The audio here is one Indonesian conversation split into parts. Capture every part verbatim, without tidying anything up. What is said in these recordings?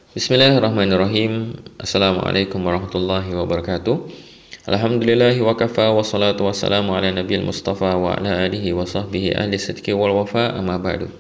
Bismillahirrahmanirrahim. Assalamualaikum warahmatullahi wabarakatuh. Alhamdulillahi wa kafa wa salatu wa salamu ala nabiyil mustafa wa ala alihi wa sahbihi ahli sidqi wal wafa amma ba'du.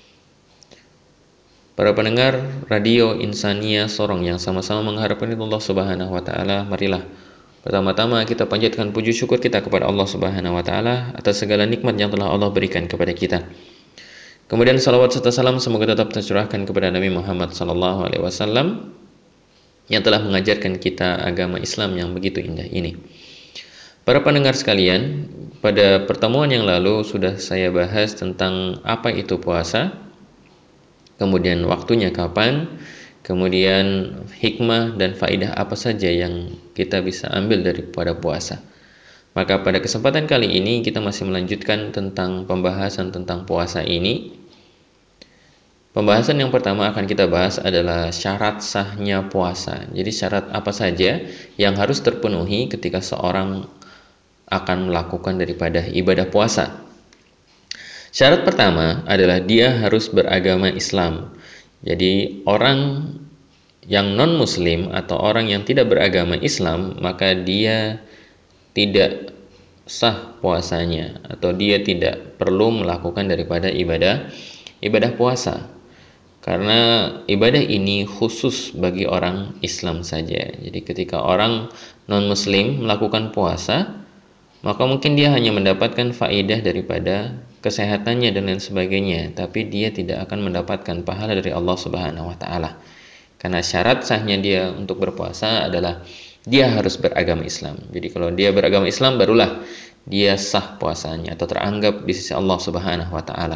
Para pendengar radio Insania Sorong yang sama-sama mengharapkan Allah Subhanahu wa taala, marilah pertama-tama kita panjatkan puji syukur kita kepada Allah Subhanahu wa taala atas segala nikmat yang telah Allah berikan kepada kita. Kemudian salawat serta salam semoga tetap tercurahkan kepada Nabi Muhammad sallallahu alaihi wasallam yang telah mengajarkan kita agama Islam yang begitu indah ini. Para pendengar sekalian, pada pertemuan yang lalu sudah saya bahas tentang apa itu puasa, kemudian waktunya kapan, kemudian hikmah dan faidah apa saja yang kita bisa ambil daripada puasa. Maka pada kesempatan kali ini kita masih melanjutkan tentang pembahasan tentang puasa ini. Pembahasan yang pertama akan kita bahas adalah syarat sahnya puasa. Jadi syarat apa saja yang harus terpenuhi ketika seorang akan melakukan daripada ibadah puasa. Syarat pertama adalah dia harus beragama Islam. Jadi orang yang non-muslim atau orang yang tidak beragama Islam, maka dia tidak sah puasanya atau dia tidak perlu melakukan daripada ibadah ibadah puasa. Karena ibadah ini khusus bagi orang Islam saja. Jadi ketika orang non-muslim melakukan puasa, maka mungkin dia hanya mendapatkan faedah daripada kesehatannya dan lain sebagainya, tapi dia tidak akan mendapatkan pahala dari Allah Subhanahu wa taala. Karena syarat sahnya dia untuk berpuasa adalah dia harus beragama Islam. Jadi kalau dia beragama Islam, barulah dia sah puasanya atau teranggap di sisi Allah Subhanahu wa taala.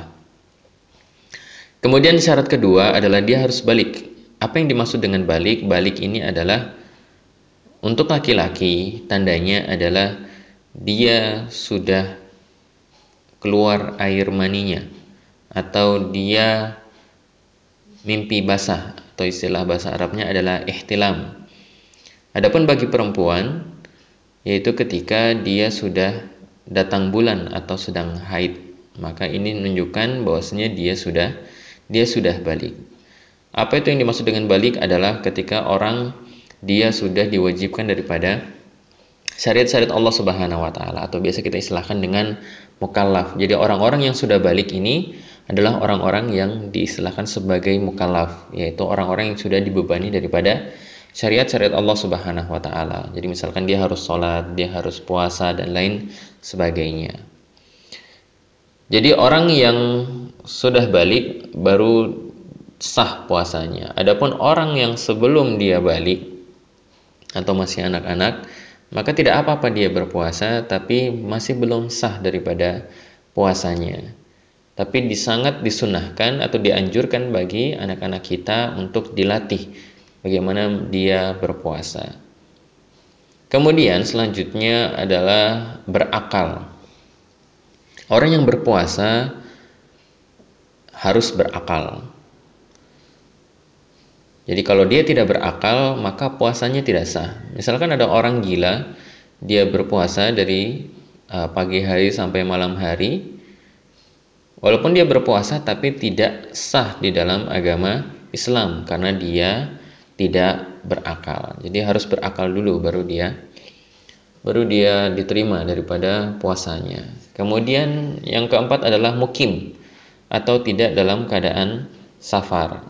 Kemudian syarat kedua adalah dia harus balik. Apa yang dimaksud dengan balik? Balik ini adalah untuk laki-laki, tandanya adalah dia sudah keluar air maninya atau dia mimpi basah atau istilah bahasa Arabnya adalah ihtilam. Adapun bagi perempuan, yaitu ketika dia sudah datang bulan atau sedang haid, maka ini menunjukkan bahwasanya dia sudah dia sudah balik. Apa itu yang dimaksud dengan balik? Adalah ketika orang dia sudah diwajibkan daripada syariat-syariat Allah Subhanahu wa taala atau biasa kita istilahkan dengan mukallaf. Jadi orang-orang yang sudah balik ini adalah orang-orang yang diistilahkan sebagai mukallaf, yaitu orang-orang yang sudah dibebani daripada syariat-syariat Allah Subhanahu wa taala. Jadi misalkan dia harus sholat, dia harus puasa dan lain sebagainya. Jadi orang yang sudah balik baru sah puasanya. Adapun orang yang sebelum dia balik atau masih anak-anak, maka tidak apa-apa dia berpuasa, tapi masih belum sah daripada puasanya. Tapi sangat disunahkan atau dianjurkan bagi anak-anak kita untuk dilatih bagaimana dia berpuasa. Kemudian selanjutnya adalah berakal. Orang yang berpuasa harus berakal. Jadi kalau dia tidak berakal, maka puasanya tidak sah. Misalkan ada orang gila, dia berpuasa dari uh, pagi hari sampai malam hari. Walaupun dia berpuasa tapi tidak sah di dalam agama Islam karena dia tidak berakal. Jadi harus berakal dulu baru dia baru dia diterima daripada puasanya. Kemudian yang keempat adalah mukim atau tidak dalam keadaan safar.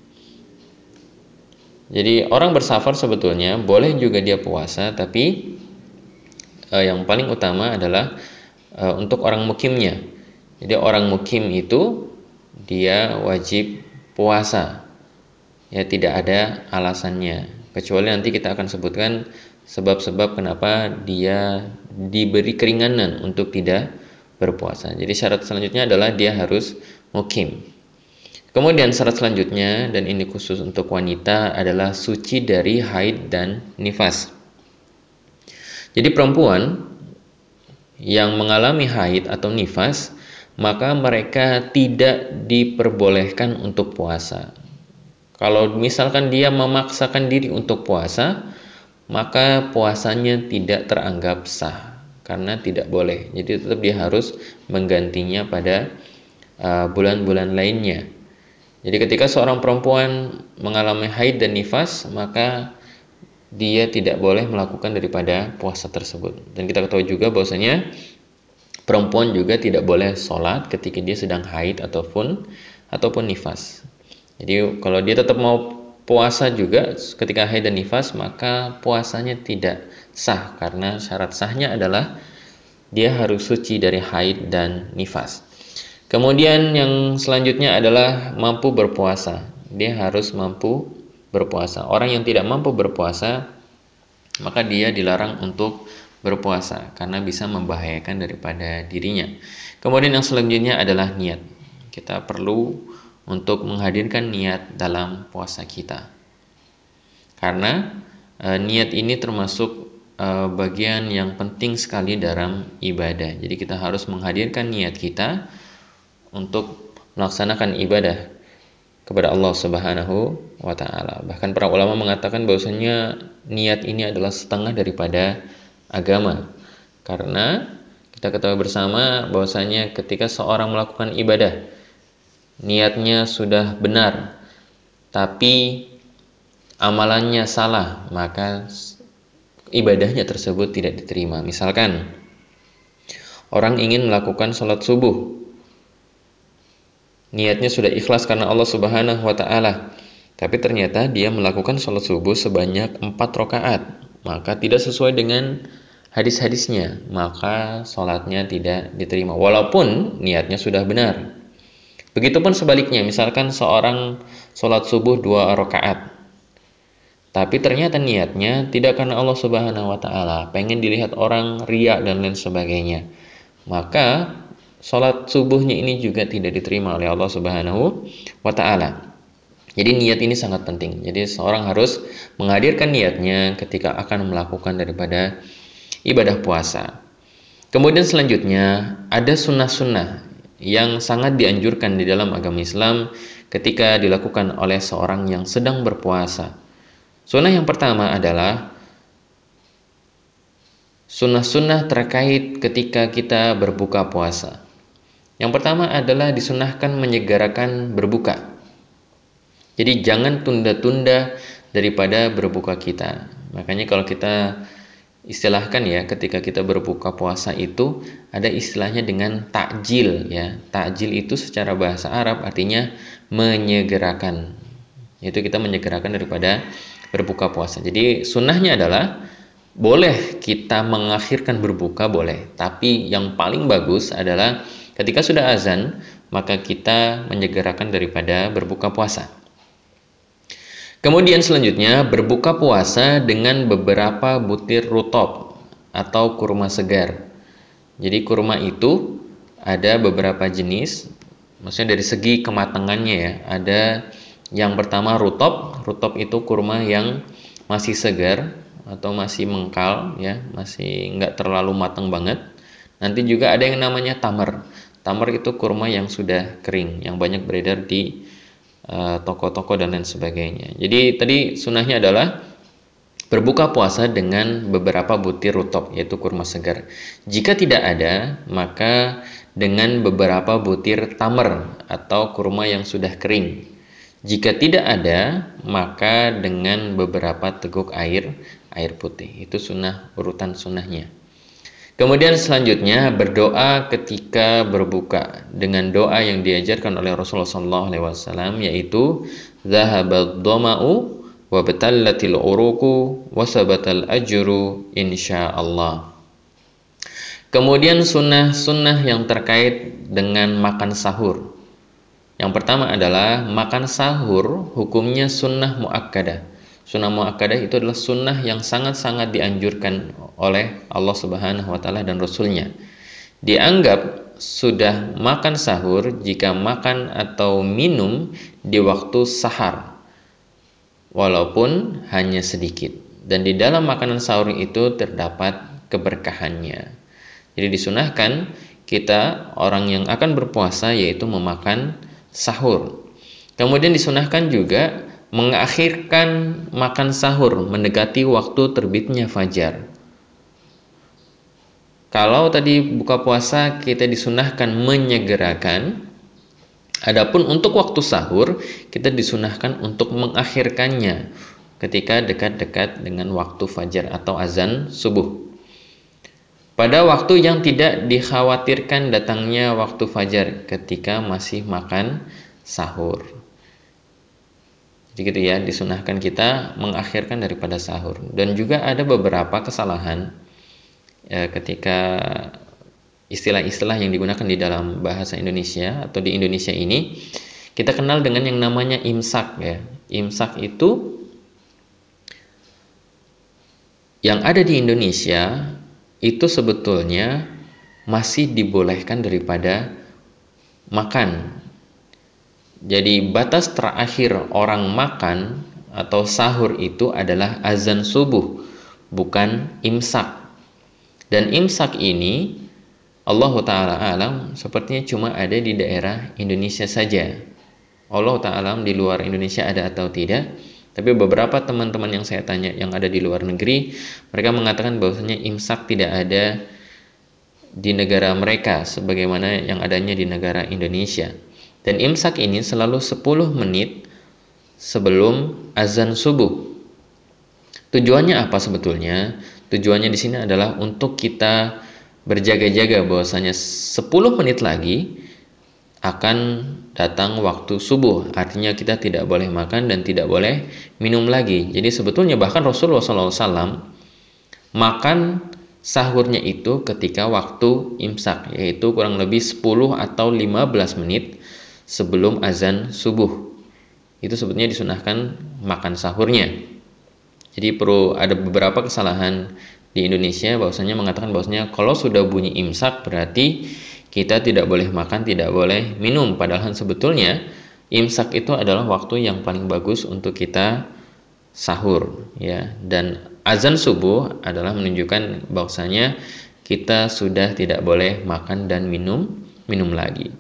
Jadi orang bersafar sebetulnya boleh juga dia puasa, tapi eh, yang paling utama adalah eh, untuk orang mukimnya. Jadi orang mukim itu dia wajib puasa. Ya tidak ada alasannya. Kecuali nanti kita akan sebutkan sebab-sebab kenapa dia diberi keringanan untuk tidak berpuasa. Jadi syarat selanjutnya adalah dia harus mukim. Kemudian syarat selanjutnya, dan ini khusus untuk wanita, adalah suci dari haid dan nifas. Jadi perempuan yang mengalami haid atau nifas, maka mereka tidak diperbolehkan untuk puasa. Kalau misalkan dia memaksakan diri untuk puasa, maka puasanya tidak teranggap sah karena tidak boleh. Jadi tetap dia harus menggantinya pada uh, bulan-bulan lainnya. Jadi ketika seorang perempuan mengalami haid dan nifas, maka dia tidak boleh melakukan daripada puasa tersebut. Dan kita ketahui juga bahwasanya perempuan juga tidak boleh sholat ketika dia sedang haid ataupun ataupun nifas. Jadi kalau dia tetap mau puasa juga ketika haid dan nifas, maka puasanya tidak sah, karena syarat sahnya adalah dia harus suci dari haid dan nifas. Kemudian yang selanjutnya adalah mampu berpuasa. Dia harus mampu berpuasa. Orang yang tidak mampu berpuasa, maka dia dilarang untuk berpuasa karena bisa membahayakan daripada dirinya. Kemudian yang selanjutnya adalah niat. Kita perlu untuk menghadirkan niat dalam puasa kita. Karena e, niat ini termasuk e, bagian yang penting sekali dalam ibadah. Jadi kita harus menghadirkan niat kita untuk melaksanakan ibadah kepada Allah Subhanahu wa taala. Bahkan para ulama mengatakan bahwasanya niat ini adalah setengah daripada agama. Karena kita ketahui bersama bahwasanya ketika seorang melakukan ibadah, niatnya sudah benar, tapi amalannya salah, maka ibadahnya tersebut tidak diterima. Misalkan orang ingin melakukan sholat subuh, niatnya sudah ikhlas karena Allah Subhanahu wa taala, tapi ternyata dia melakukan sholat subuh sebanyak empat rakaat, maka tidak sesuai dengan hadis-hadisnya, maka sholatnya tidak diterima walaupun niatnya sudah benar. Begitupun sebaliknya, misalkan seorang sholat subuh dua rakaat, tapi ternyata niatnya tidak karena Allah Subhanahu wa taala, pengen dilihat orang, riya dan lain sebagainya, maka sholat subuhnya ini juga tidak diterima oleh Allah Subhanahu wa ta'ala. Jadi niat ini sangat penting. Jadi seorang harus menghadirkan niatnya ketika akan melakukan daripada ibadah puasa. Kemudian selanjutnya ada sunnah-sunnah yang sangat dianjurkan di dalam agama Islam ketika dilakukan oleh seorang yang sedang berpuasa. Sunnah yang pertama adalah sunnah-sunnah terkait ketika kita berbuka puasa. Yang pertama adalah disunahkan menyegerakan berbuka. Jadi jangan tunda-tunda daripada berbuka kita. Makanya kalau kita istilahkan ya, ketika kita berbuka puasa itu ada istilahnya dengan takjil ya. Takjil itu secara bahasa Arab artinya menyegerakan. Yaitu kita menyegerakan daripada berbuka puasa. Jadi sunnahnya adalah boleh kita mengakhirkan berbuka, boleh. Tapi yang paling bagus adalah ketika sudah azan, maka kita menyegerakan daripada berbuka puasa. Kemudian selanjutnya, berbuka puasa dengan beberapa butir rutop atau kurma segar. Jadi kurma itu ada beberapa jenis, maksudnya dari segi kematangannya ya. Ada yang pertama rutop, rutop itu kurma yang masih segar atau masih mengkal ya, masih nggak terlalu matang banget. Nanti juga ada yang namanya tamar. Tamar itu kurma yang sudah kering, yang banyak beredar di toko-toko uh, dan lain sebagainya. Jadi tadi sunnahnya adalah berbuka puasa dengan beberapa butir rutop, yaitu kurma segar. Jika tidak ada, maka dengan beberapa butir tamar atau kurma yang sudah kering. Jika tidak ada, maka dengan beberapa teguk air air putih. Itu sunnah, urutan sunnahnya. Kemudian selanjutnya berdoa ketika berbuka dengan doa yang diajarkan oleh Rasulullah shallallahu alaihi wasallam, yaitu zahabad dhama'u wa batallatil uruqu wa sabatal ajru insyaallah. Kemudian sunnah-sunnah yang terkait dengan makan sahur. Yang pertama adalah makan sahur hukumnya sunnah muakkadah. Sunnah muakkadah itu adalah sunnah yang sangat-sangat dianjurkan oleh Allah Subhanahu wa taala dan Rasulnya. Dianggap sudah makan sahur jika makan atau minum di waktu sahar, walaupun hanya sedikit. Dan di dalam makanan sahur itu terdapat keberkahannya. Jadi disunahkan kita orang yang akan berpuasa yaitu memakan sahur. Kemudian disunahkan juga mengakhirkan makan sahur mendekati waktu terbitnya fajar. Kalau tadi buka puasa kita disunahkan menyegerakan, Adapun untuk waktu sahur, kita disunahkan untuk mengakhirkannya ketika dekat-dekat dengan waktu fajar atau azan subuh. Pada waktu yang tidak dikhawatirkan datangnya waktu fajar ketika masih makan sahur. Jadi gitu ya, disunahkan kita mengakhirkan daripada sahur. Dan juga ada beberapa kesalahan ya, ketika istilah-istilah yang digunakan di dalam bahasa Indonesia atau di Indonesia ini, kita kenal dengan yang namanya imsak ya. Imsak itu yang ada di Indonesia itu sebetulnya masih dibolehkan daripada makan. Jadi batas terakhir orang makan atau sahur itu adalah azan subuh, bukan imsak. Dan imsak ini Allah Ta'ala alam sepertinya cuma ada di daerah Indonesia saja. Allah Ta'ala alam di luar Indonesia ada atau tidak. Tapi beberapa teman-teman yang saya tanya yang ada di luar negeri, mereka mengatakan bahwasanya imsak tidak ada di negara mereka sebagaimana yang adanya di negara Indonesia. Dan imsak ini selalu sepuluh menit sebelum azan subuh. Tujuannya apa sebetulnya? Tujuannya di sini adalah untuk kita berjaga-jaga bahwasanya sepuluh menit lagi akan datang waktu subuh. Artinya kita tidak boleh makan dan tidak boleh minum lagi. Jadi sebetulnya bahkan Rasulullah shallallahu alaihi wasallam makan sahurnya itu ketika waktu imsak, yaitu kurang lebih sepuluh atau lima belas menit sebelum azan subuh. Itu sebetulnya disunahkan makan sahurnya. Jadi perlu ada beberapa kesalahan di Indonesia bahwasanya mengatakan bahwasanya kalau sudah bunyi imsak berarti kita tidak boleh makan, tidak boleh minum. Padahal sebetulnya imsak itu adalah waktu yang paling bagus untuk kita sahur ya. Dan azan subuh adalah menunjukkan bahwasanya kita sudah tidak boleh makan dan minum minum lagi.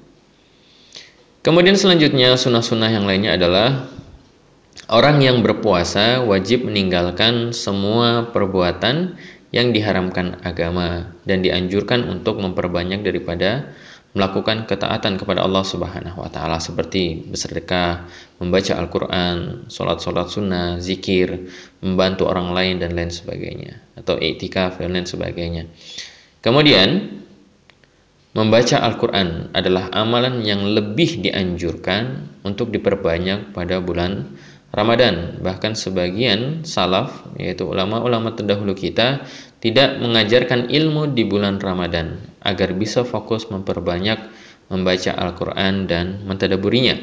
Kemudian selanjutnya sunnah-sunnah yang lainnya adalah orang yang berpuasa wajib meninggalkan semua perbuatan yang diharamkan agama dan dianjurkan untuk memperbanyak daripada melakukan ketaatan kepada Allah Subhanahu wa taala seperti bersedekah, membaca Al-Qur'an, salat-salat sunnah, zikir, membantu orang lain dan lain sebagainya, atau i'tikaf dan lain sebagainya. Kemudian membaca Al-Quran adalah amalan yang lebih dianjurkan untuk diperbanyak pada bulan Ramadan. Bahkan sebagian salaf, yaitu ulama-ulama terdahulu kita, tidak mengajarkan ilmu di bulan Ramadan agar bisa fokus memperbanyak membaca Al-Quran dan mentadaburinya.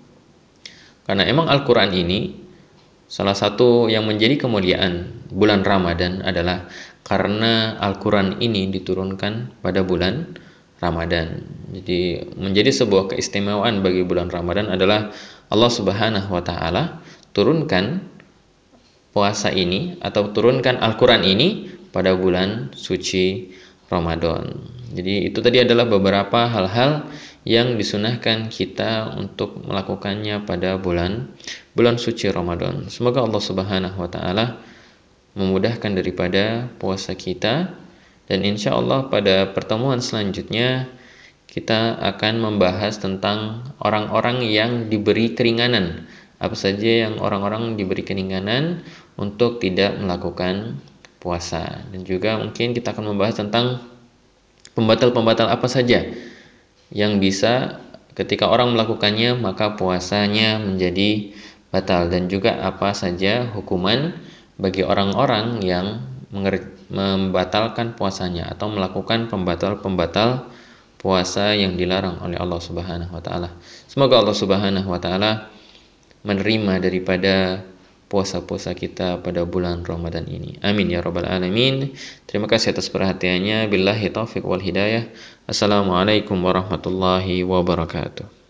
Karena emang Al-Quran ini salah satu yang menjadi kemuliaan bulan Ramadan adalah karena Al-Quran ini diturunkan pada bulan Ramadan. Jadi menjadi sebuah keistimewaan bagi bulan Ramadan adalah Allah Subhanahu wa taala turunkan puasa ini atau turunkan Al-Qur'an ini pada bulan suci Ramadan. Jadi itu tadi adalah beberapa hal-hal yang disunahkan kita untuk melakukannya pada bulan bulan suci Ramadan. Semoga Allah Subhanahu wa taala memudahkan daripada puasa kita. Dan insya Allah pada pertemuan selanjutnya kita akan membahas tentang orang-orang yang diberi keringanan. Apa saja yang orang-orang diberi keringanan untuk tidak melakukan puasa. Dan juga mungkin kita akan membahas tentang pembatal-pembatal apa saja yang bisa ketika orang melakukannya maka puasanya menjadi batal. Dan juga apa saja hukuman bagi orang-orang yang membatalkan puasanya atau melakukan pembatal-pembatal puasa yang dilarang oleh Allah Subhanahu wa taala. Semoga Allah Subhanahu wa taala menerima daripada puasa-puasa kita pada bulan Ramadan ini. Amin ya rabbal alamin. Terima kasih atas perhatiannya. Billahi taufiq wal hidayah. Assalamualaikum warahmatullahi wabarakatuh.